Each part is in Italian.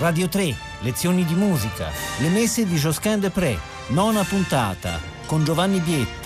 Radio 3, lezioni di musica, le messe di Josquin des Prez, nona puntata, con Giovanni Bietti.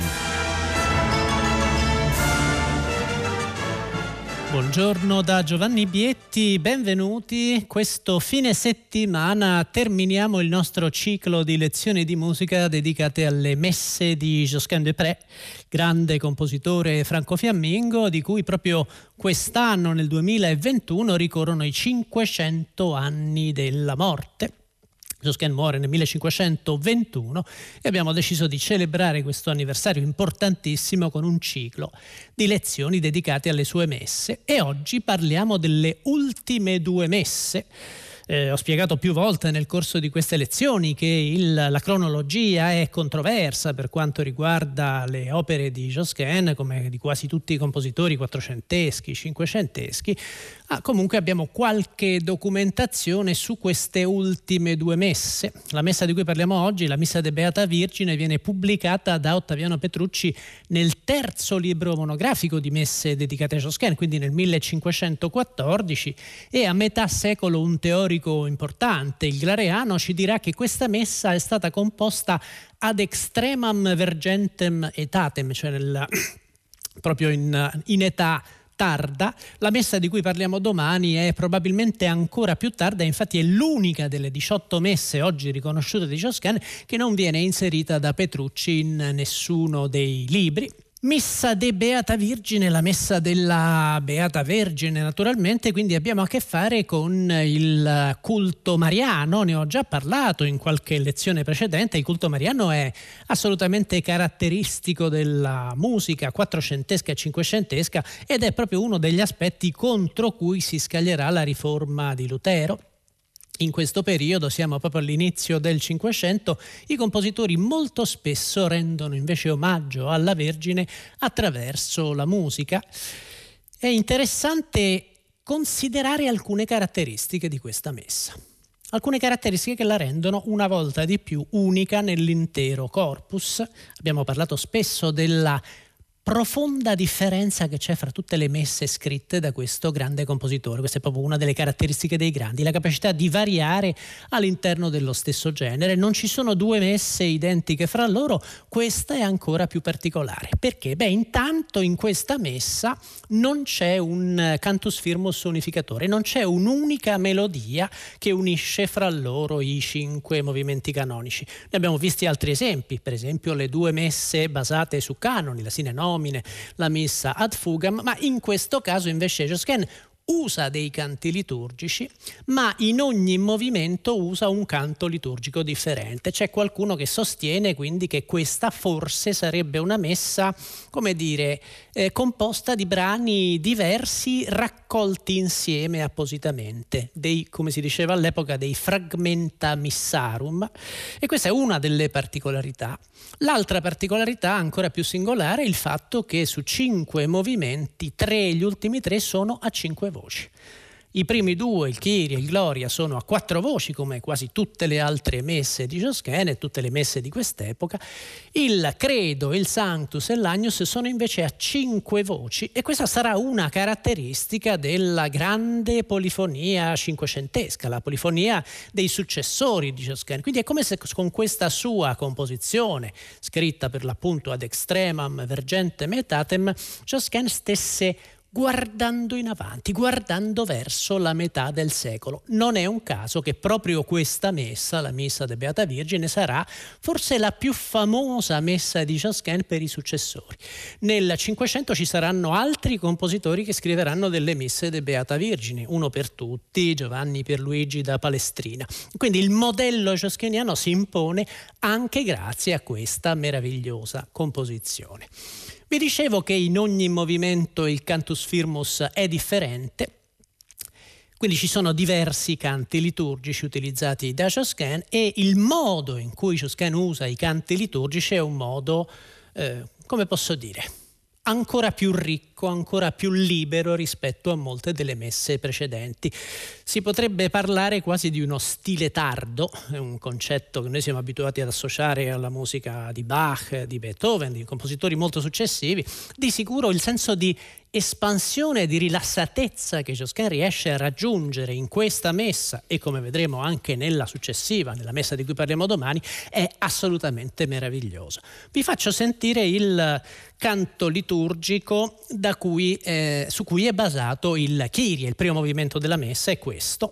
Buongiorno da Giovanni Bietti, benvenuti. Questo fine settimana terminiamo il nostro ciclo di lezioni di musica dedicate alle messe di Josquin des Prez, grande compositore franco-fiammingo di cui proprio quest'anno, nel 2021, ricorrono i 500 anni della morte. Josquin muore nel 1521 e abbiamo deciso di celebrare questo anniversario importantissimo con un ciclo di lezioni dedicate alle sue messe, e oggi parliamo delle ultime due messe. Ho spiegato più volte nel corso di queste lezioni che la cronologia è controversa per quanto riguarda le opere di Josquin, come di quasi tutti i compositori quattrocenteschi, cinquecenteschi. Comunque abbiamo qualche documentazione su queste ultime due messe. La messa di cui parliamo oggi, la Missa de Beata Virgine, viene pubblicata da Ottaviano Petrucci nel terzo libro monografico di messe dedicate a Josquin, quindi nel 1514, e a metà secolo un teorico importante, il Glareano, ci dirà che questa messa è stata composta ad extremam vergentem aetatem, cioè proprio in età tarda. La messa di cui parliamo domani è probabilmente ancora più tarda, infatti è l'unica delle 18 messe oggi riconosciute di Josquin che non viene inserita da Petrucci in nessuno dei libri. Missa de Beata Virgine, la messa della Beata Vergine naturalmente, quindi abbiamo a che fare con il culto mariano. Ne ho già parlato in qualche lezione precedente. Il culto mariano è assolutamente caratteristico della musica quattrocentesca e cinquecentesca ed è proprio uno degli aspetti contro cui si scaglierà la riforma di Lutero. In questo periodo, siamo proprio all'inizio del Cinquecento, i compositori molto spesso rendono invece omaggio alla Vergine attraverso la musica. È interessante considerare alcune caratteristiche di questa messa. Alcune caratteristiche che la rendono una volta di più unica nell'intero corpus. Abbiamo parlato spesso della profonda differenza che c'è fra tutte le messe scritte da questo grande compositore. Questa è proprio una delle caratteristiche dei grandi, la capacità di variare all'interno dello stesso genere. Non ci sono due messe identiche fra loro, questa è ancora più particolare. Perché? Intanto in questa messa non c'è un cantus firmus unificatore, non c'è un'unica melodia che unisce fra loro i 5 movimenti canonici. Ne abbiamo visti altri esempi, per esempio le due messe basate su canoni, la Sine Nomine, la missa ad fugam, ma in questo caso invece Josquin usa dei canti liturgici, ma in ogni movimento usa un canto liturgico differente. C'è qualcuno che sostiene quindi che questa forse sarebbe una messa, come dire, composta di brani diversi raccolti insieme appositamente, come si diceva all'epoca, dei fragmenta missarum, e questa è una delle particolarità. L'altra particolarità ancora più singolare è il fatto che su 5 movimenti, gli ultimi 3 sono a 5 voci. I primi 2, il Kyrie e il Gloria, sono a 4 voci, come quasi tutte le altre messe di Josquin e tutte le messe di quest'epoca. Il Credo, il Sanctus e l'Agnus sono invece a 5 voci, e questa sarà una caratteristica della grande polifonia cinquecentesca, la polifonia dei successori di Josquin. Quindi è come se con questa sua composizione, scritta per l'appunto ad extremam vergentem aetatem, Josquin stesse guardando in avanti, guardando verso la metà del secolo. Non è un caso che proprio questa messa, la Missa de Beata Virgine, sarà forse la più famosa messa di Josquin per i successori. Nel Cinquecento ci saranno altri compositori che scriveranno delle messe de Beata Virgine, uno per tutti, Giovanni Pierluigi da Palestrina. Quindi il modello josquiniano si impone anche grazie a questa meravigliosa composizione. Vi dicevo che in ogni movimento il cantus firmus è differente, quindi ci sono diversi canti liturgici utilizzati da Josquin, e il modo in cui Josquin usa i canti liturgici è un modo, come posso dire, ancora più ricco, ancora più libero rispetto a molte delle messe precedenti. Si potrebbe parlare quasi di uno stile tardo, è un concetto che noi siamo abituati ad associare alla musica di Bach, di Beethoven, di compositori molto successivi. Di sicuro il senso di espansione, di rilassatezza che Josquin riesce a raggiungere in questa messa e come vedremo anche nella successiva, nella messa di cui parliamo domani, è assolutamente meraviglioso. Vi faccio sentire il canto liturgico su cui è basato il Kyrie. Il primo movimento della messa è questo.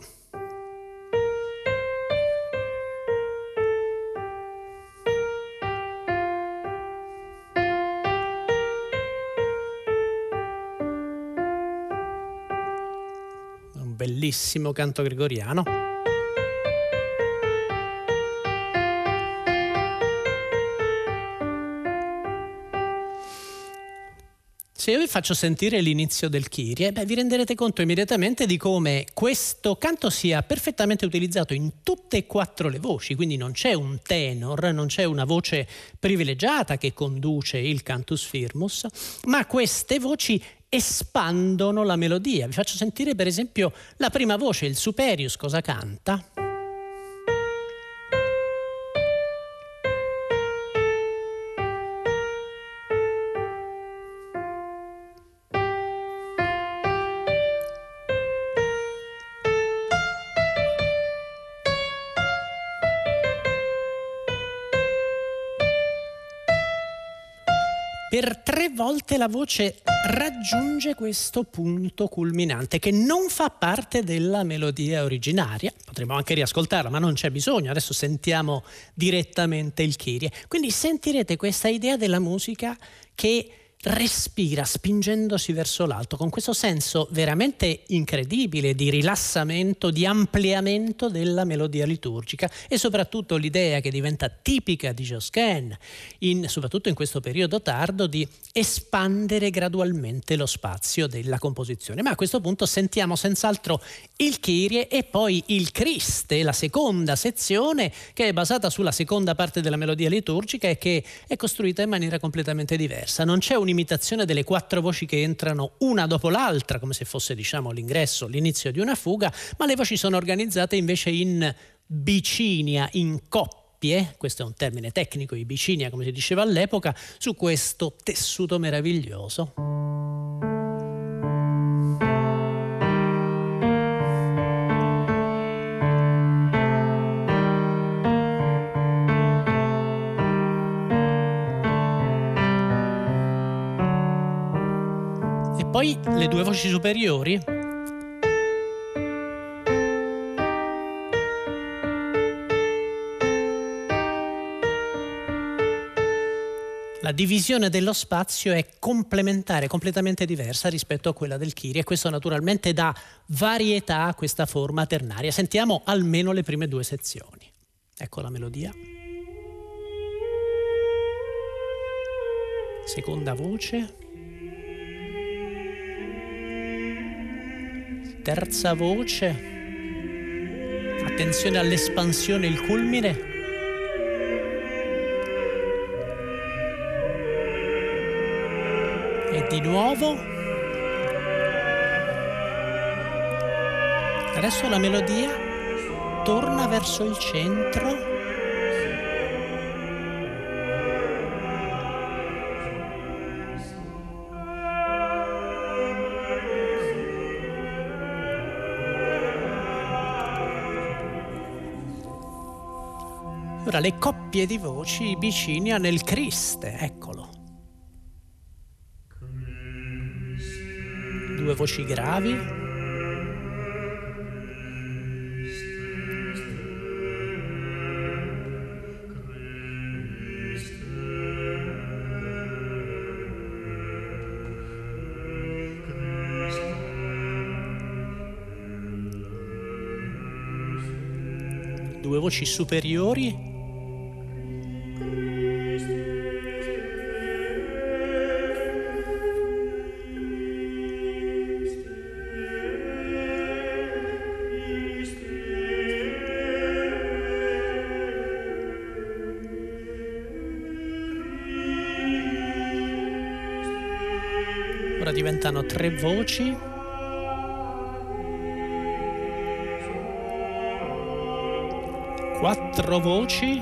Bellissimo canto gregoriano. Se io vi faccio sentire l'inizio del Kyrie, vi renderete conto immediatamente di come questo canto sia perfettamente utilizzato in tutte e quattro le voci, quindi non c'è un tenor, non c'è una voce privilegiata che conduce il cantus firmus, ma queste voci espandono la melodia. Vi faccio sentire per esempio la prima voce, il superius, cosa canta. Per 3 volte la voce raggiunge questo punto culminante che non fa parte della melodia originaria. Potremmo anche riascoltarla, ma non c'è bisogno. Adesso sentiamo direttamente il Kyrie. Quindi sentirete questa idea della musica che respira spingendosi verso l'alto, con questo senso veramente incredibile di rilassamento, di ampliamento della melodia liturgica e soprattutto l'idea che diventa tipica di Josquin, soprattutto in questo periodo tardo, di espandere gradualmente lo spazio della composizione. Ma a questo punto sentiamo senz'altro il Kyrie e poi il Christe, la seconda sezione che è basata sulla seconda parte della melodia liturgica e che è costruita in maniera completamente diversa. Non c'è un'imitazione delle 4 voci che entrano una dopo l'altra, come se fosse, diciamo, l'ingresso, l'inizio di una fuga, ma le voci sono organizzate invece in bicinia, in coppie. Questo è un termine tecnico, i bicinia, come si diceva all'epoca, su questo tessuto meraviglioso. Poi le 2 voci superiori. La divisione dello spazio è complementare, completamente diversa rispetto a quella del Kyrie e questo naturalmente dà varietà a questa forma ternaria. Sentiamo almeno le prime 2 sezioni. Ecco la melodia. Seconda voce. Terza voce, attenzione all'espansione, il culmine. E di nuovo. Adesso la melodia torna verso il centro. Ora le coppie di voci bicinia nel Christe, eccolo. 2 voci gravi. Due voci superiori. Ora diventano 3 voci. Quattro voci.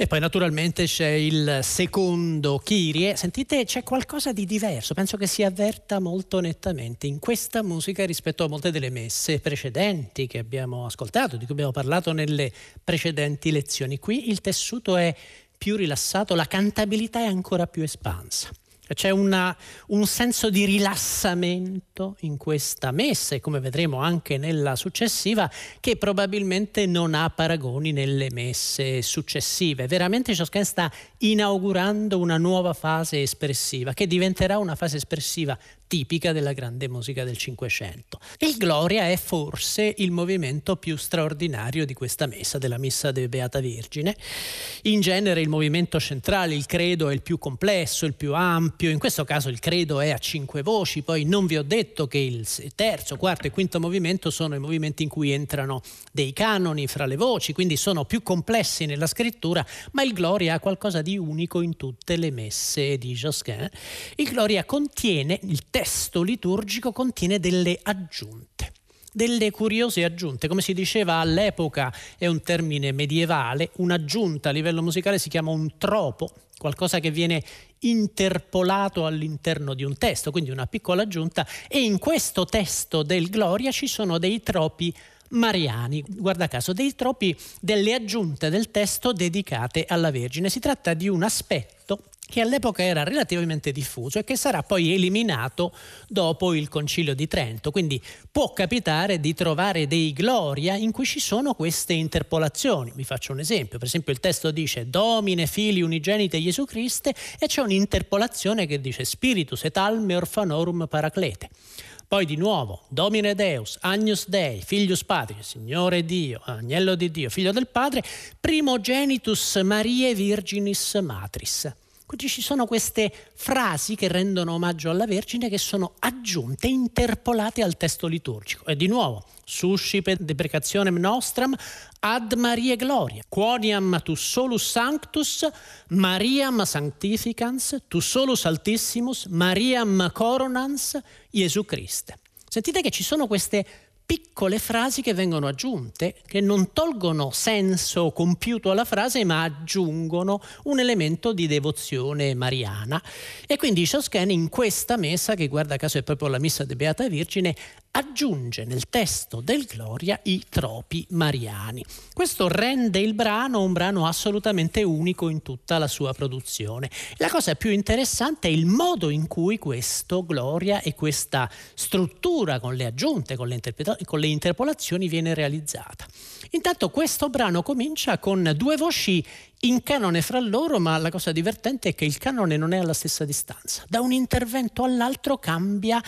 E poi naturalmente c'è il secondo Kyrie. Sentite, c'è qualcosa di diverso, penso che si avverta molto nettamente in questa musica rispetto a molte delle messe precedenti che abbiamo ascoltato, di cui abbiamo parlato nelle precedenti lezioni. Qui il tessuto è più rilassato, la cantabilità è ancora più espansa. C'è un senso di rilassamento in questa messa, e come vedremo anche nella successiva, che probabilmente non ha paragoni nelle messe successive. Veramente Josquin sta inaugurando una nuova fase espressiva, che diventerà una fase espressiva tipica della grande musica del Cinquecento. Il Gloria è forse il movimento più straordinario di questa messa, della Missa de Beata Vergine. In genere il movimento centrale, il credo, è il più complesso, il più ampio. In questo caso il credo è a 5 voci. Poi non vi ho detto che il terzo, quarto e quinto movimento sono i movimenti in cui entrano dei canoni fra le voci, quindi sono più complessi nella scrittura, ma il Gloria ha qualcosa di unico in tutte le messe di Josquin. Il Gloria contiene, il testo liturgico contiene delle aggiunte, delle curiose aggiunte. Come si diceva all'epoca, è un termine medievale, un'aggiunta a livello musicale si chiama un tropo, qualcosa che viene interpolato all'interno di un testo, quindi una piccola aggiunta, e in questo testo del Gloria ci sono dei tropi mariani, guarda caso, dei tropi, delle aggiunte del testo dedicate alla Vergine. Si tratta di un aspetto che all'epoca era relativamente diffuso e che sarà poi eliminato dopo il Concilio di Trento. Quindi può capitare di trovare dei Gloria in cui ci sono queste interpolazioni. Vi faccio un esempio. Per esempio il testo dice Domine Filii Unigenite Gesù Christe e c'è un'interpolazione che dice Spiritus et alme orphanorum Paraclete. Poi di nuovo, Domine Deus, Agnus Dei, Filius Patris, Signore Dio, Agnello di Dio, Figlio del Padre, Primogenitus Mariae Virginis Matris. Quindi ci sono queste frasi che rendono omaggio alla Vergine, che sono aggiunte, interpolate al testo liturgico. E di nuovo, suscipe deprecationem nostram ad Mariae Gloria, quoniam tu solus sanctus, Mariam sanctificans, tu solus altissimus, Mariam coronans, Gesù Christe. Sentite che ci sono queste piccole frasi che vengono aggiunte, che non tolgono senso compiuto alla frase, ma aggiungono un elemento di devozione mariana. E quindi Josquin in questa messa, che guarda caso è proprio la Missa de Beata Vergine, aggiunge nel testo del Gloria i tropi mariani. Questo rende il brano un brano assolutamente unico in tutta la sua produzione. La cosa più interessante è il modo in cui questo Gloria e questa struttura con le aggiunte, con le interpolazioni viene realizzata. Intanto questo brano comincia con 2 voci in canone fra loro, ma la cosa divertente è che il canone non è alla stessa distanza. Da un intervento all'altro cambia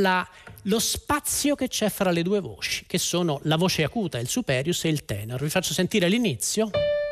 lo spazio che c'è fra le 2 voci, che sono la voce acuta, il superius e il tenor. Vi faccio sentire l'inizio.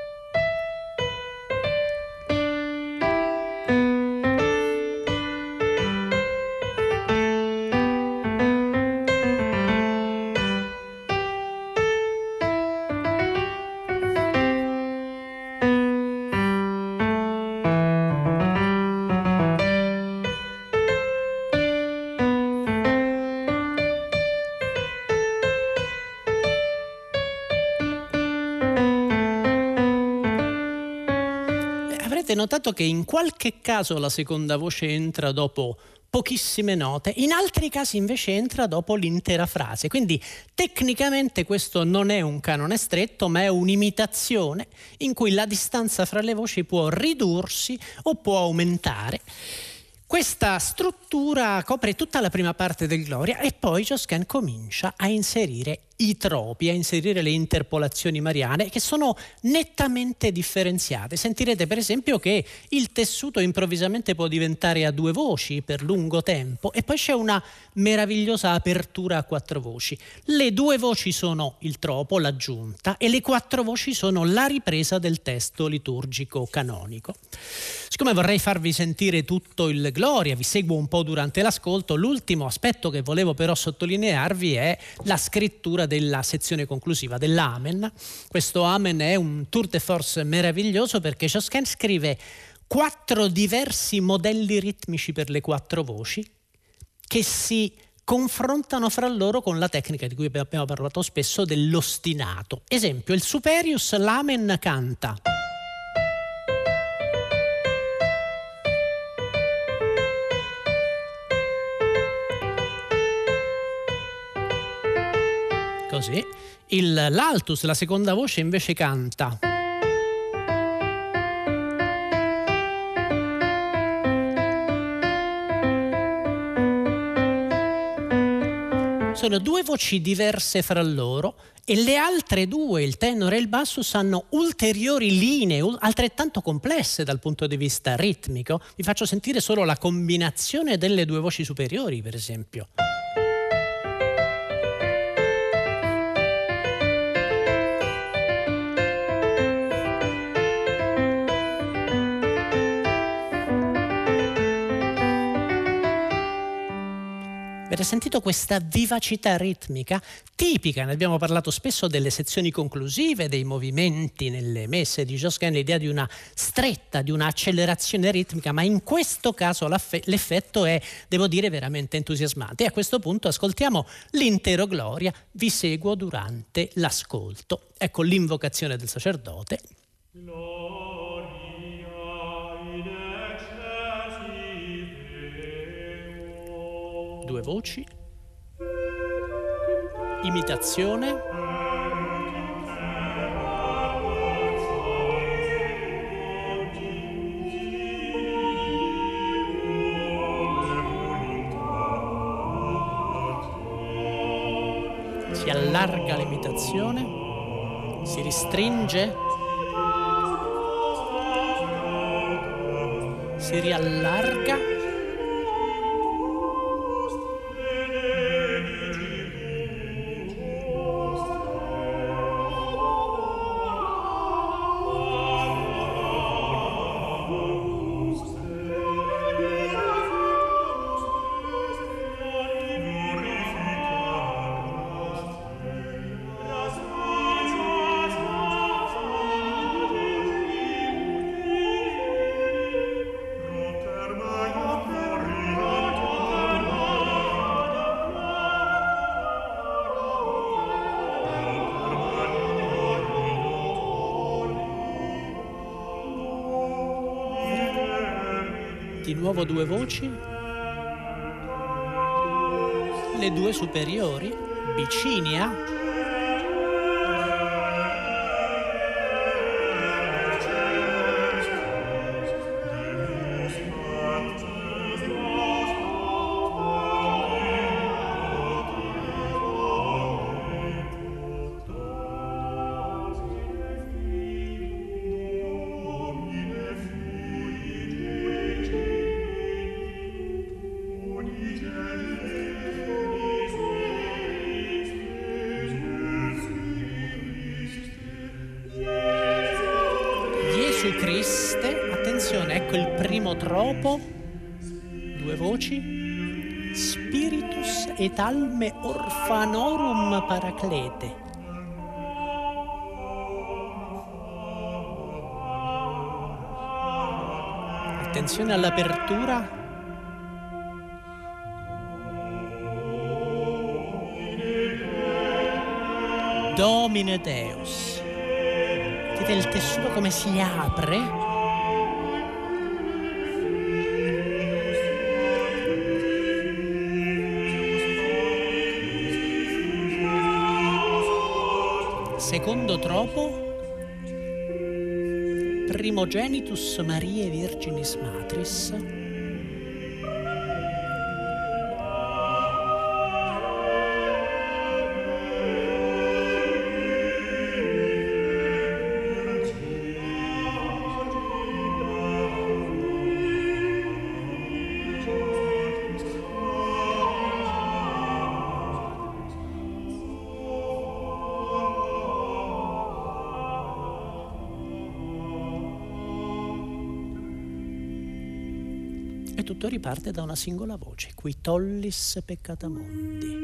Avete notato che in qualche caso la seconda voce entra dopo pochissime note, in altri casi invece entra dopo l'intera frase. Quindi tecnicamente questo non è un canone stretto, ma è un'imitazione in cui la distanza fra le voci può ridursi o può aumentare. Questa struttura copre tutta la prima parte del Gloria e poi Josquin comincia a inserire i tropi, a inserire le interpolazioni mariane, che sono nettamente differenziate. Sentirete per esempio che il tessuto improvvisamente può diventare a 2 voci per lungo tempo e poi c'è una meravigliosa apertura a 4 voci. Le 2 voci sono il tropo, l'aggiunta, e le 4 voci sono la ripresa del testo liturgico canonico. Siccome vorrei farvi sentire tutto il Gloria, vi seguo un po' durante l'ascolto, l'ultimo aspetto che volevo però sottolinearvi è la scrittura della sezione conclusiva, dell'Amen. Questo Amen è un tour de force meraviglioso perché Josquin scrive 4 diversi modelli ritmici per le 4 voci che si confrontano fra loro con la tecnica di cui abbiamo parlato spesso dell'ostinato. Esempio, il superius, l'Amen canta. così. L'altus, la seconda voce, invece canta. Sono due voci diverse fra loro e le altre due, il tenore e il bassus, hanno ulteriori linee altrettanto complesse dal punto di vista ritmico. Vi faccio sentire solo la combinazione delle due voci superiori, per esempio. Avete sentito questa vivacità ritmica tipica? Ne abbiamo parlato spesso delle sezioni conclusive, dei movimenti nelle messe di Josquin, l'idea di una stretta, di un'accelerazione ritmica, ma in questo caso l'effetto è, devo dire, veramente entusiasmante. E a questo punto ascoltiamo l'intero Gloria, vi seguo durante l'ascolto. Ecco l'invocazione del sacerdote. Due voci, imitazione, si allarga l'imitazione, si ristringe, si riallarga. Di nuovo due voci, le due superiori, Bicinia, Gesù Criste, attenzione, ecco il primo tropo, due voci, Spiritus et alme orphanorum paraclete. Attenzione all'apertura. Domine Deus. Vedete il tessuto come si apre? Secondo tropo, Primogenitus Mariae Virginis Matris. E tutto riparte da una singola voce, qui tollis peccata mundi.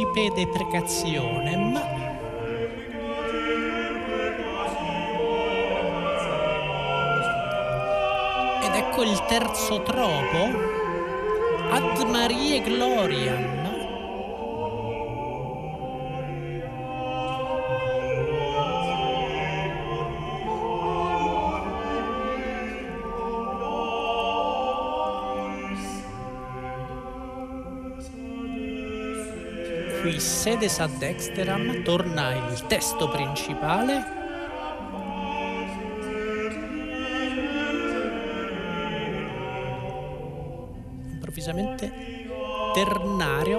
principe deprecazione, ma ed ecco il terzo tropo, Ad Mariae Gloriam. Qui sedes ad dexteram, torna il testo principale. Improvvisamente ternario.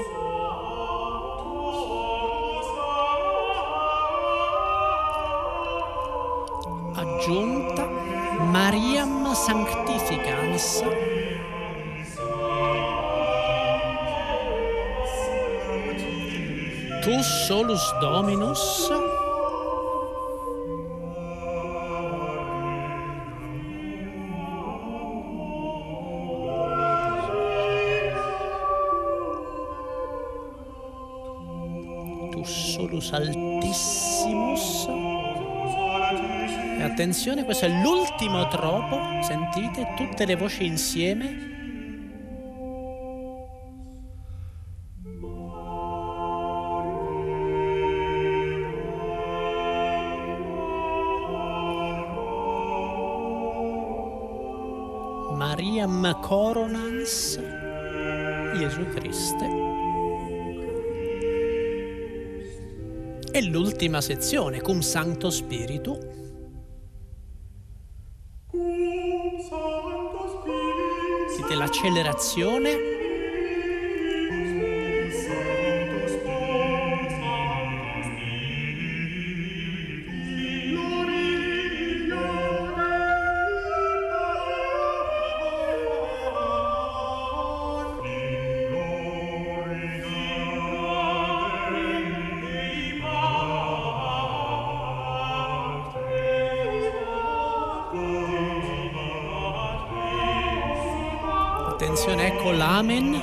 Aggiunta Mariam Sanctificans. Tu solus Dominus. Tu solus Altissimus. E attenzione, questo è l'ultimo tropo. Sentite tutte le voci insieme. Mariam coronans Gesù Christe. E l'ultima sezione, cum Sancto Spiritu. Sentite l'accelerazione. Attenzione, ecco l'amen.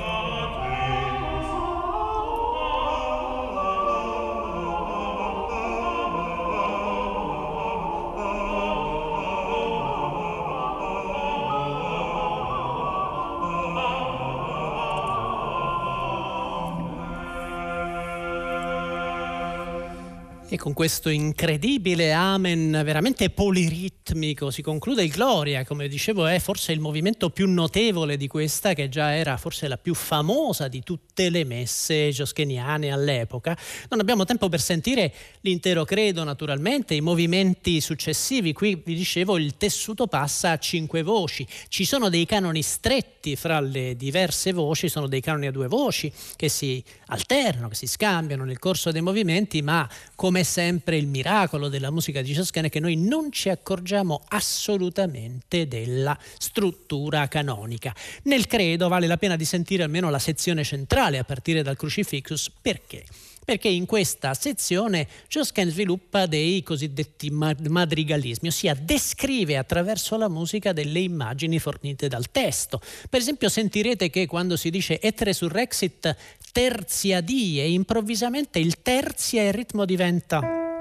E con questo incredibile amen veramente poliritmico si conclude il Gloria. Come dicevo, è forse il movimento più notevole di questa, che già era forse la più famosa di tutte le messe gioscheniane all'epoca. Non abbiamo tempo per sentire l'intero credo, naturalmente, i movimenti successivi. Qui vi dicevo, il tessuto passa a 5 voci. Ci sono dei canoni stretti fra le diverse voci, sono dei canoni a 2 voci che si alternano, che si scambiano nel corso dei movimenti, ma come sempre il miracolo della musica di Josquin è che noi non ci accorgiamo assolutamente della struttura canonica. Nel credo vale la pena di sentire almeno la sezione centrale a partire dal Crucifixus. Perché? Perché in questa sezione Josquin sviluppa dei cosiddetti madrigalismi, ossia descrive attraverso la musica delle immagini fornite dal testo. Per esempio sentirete che quando si dice et resurrexit tertia die, improvvisamente il tertia e il ritmo diventa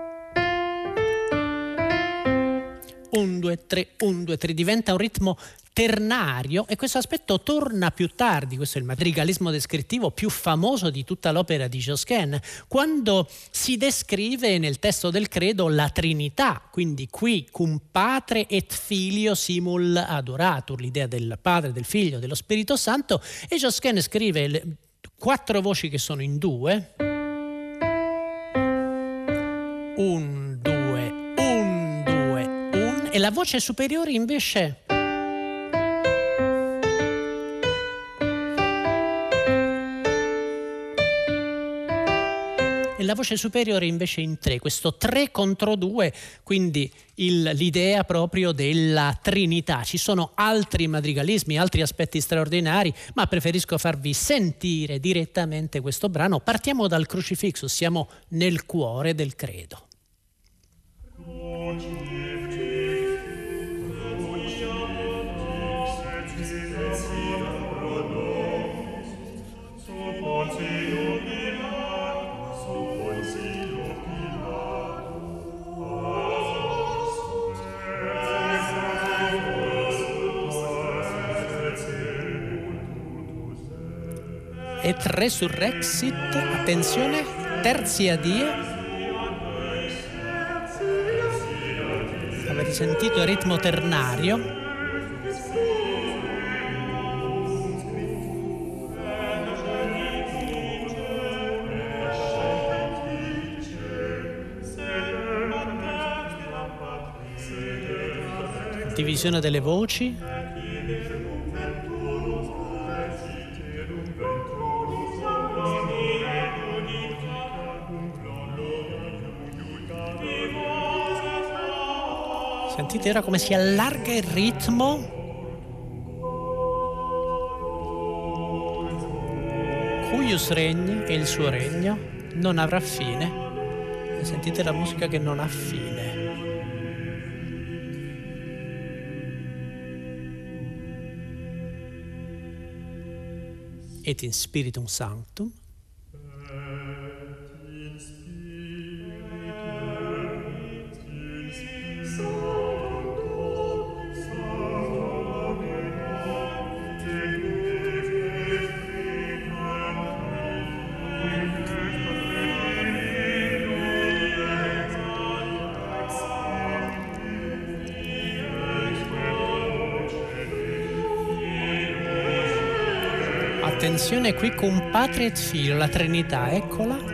1, 2, 3, 1, 2, 3, diventa un ritmo ternario, e questo aspetto torna più tardi. Questo è il madrigalismo descrittivo più famoso di tutta l'opera di Josquin, quando si descrive nel testo del credo la Trinità, quindi qui cum Patre et Filio simul adoratur, l'idea del Padre, del Figlio, dello Spirito Santo, e Josquin scrive le 4 voci che sono in 2, 1, 2, 1, 2, 1, e la voce superiore invece in 3, questo 3 contro 2, quindi l'idea proprio della Trinità. Ci sono altri madrigalismi, altri aspetti straordinari, ma preferisco farvi sentire direttamente questo brano. Partiamo dal Crucifixus, siamo nel cuore del credo. et resurrexit. Attenzione, tertia die. Avete sentito il ritmo ternario? Divisione delle voci. Sentite ora come si allarga il ritmo. Cuius regni, e il suo regno non avrà fine. E sentite la musica che non ha fine. Et in spiritum sanctum. Attenzione qui con Padre e Figlio, la Trinità, eccola.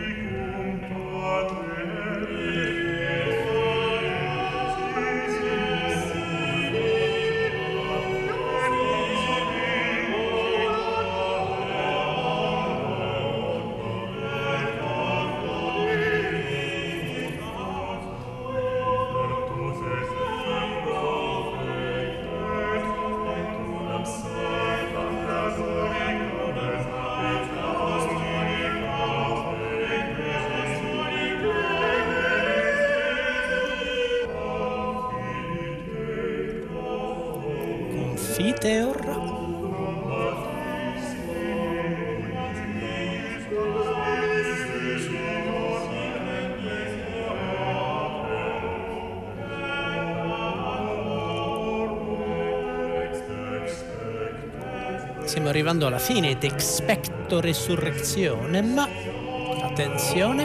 Confiteor. Stiamo arrivando alla fine, ed expecto resurrectionem. Attenzione.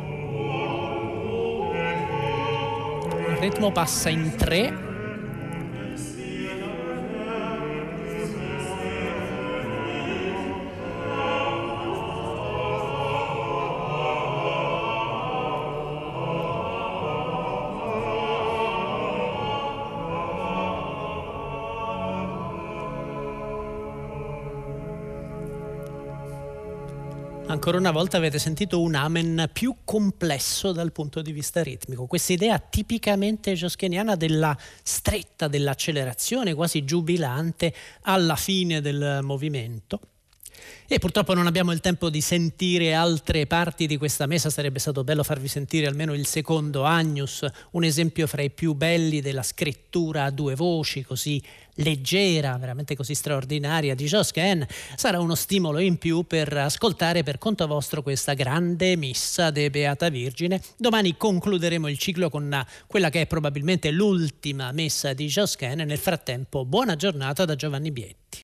Il ritmo passa in 3. Ancora una volta avete sentito un amen più complesso dal punto di vista ritmico. Questa idea tipicamente josquiniana della stretta, dell'accelerazione quasi giubilante alla fine del movimento. E purtroppo non abbiamo il tempo di sentire altre parti di questa messa. Sarebbe stato bello farvi sentire almeno il secondo Agnus, un esempio fra i più belli della scrittura a due voci, così leggera, veramente così straordinaria di Josquin. Sarà uno stimolo in più per ascoltare per conto vostro questa grande missa de Beata Virgine. Domani concluderemo il ciclo con quella che è probabilmente l'ultima messa di Josquin. Nel frattempo, buona giornata da Giovanni Bietti.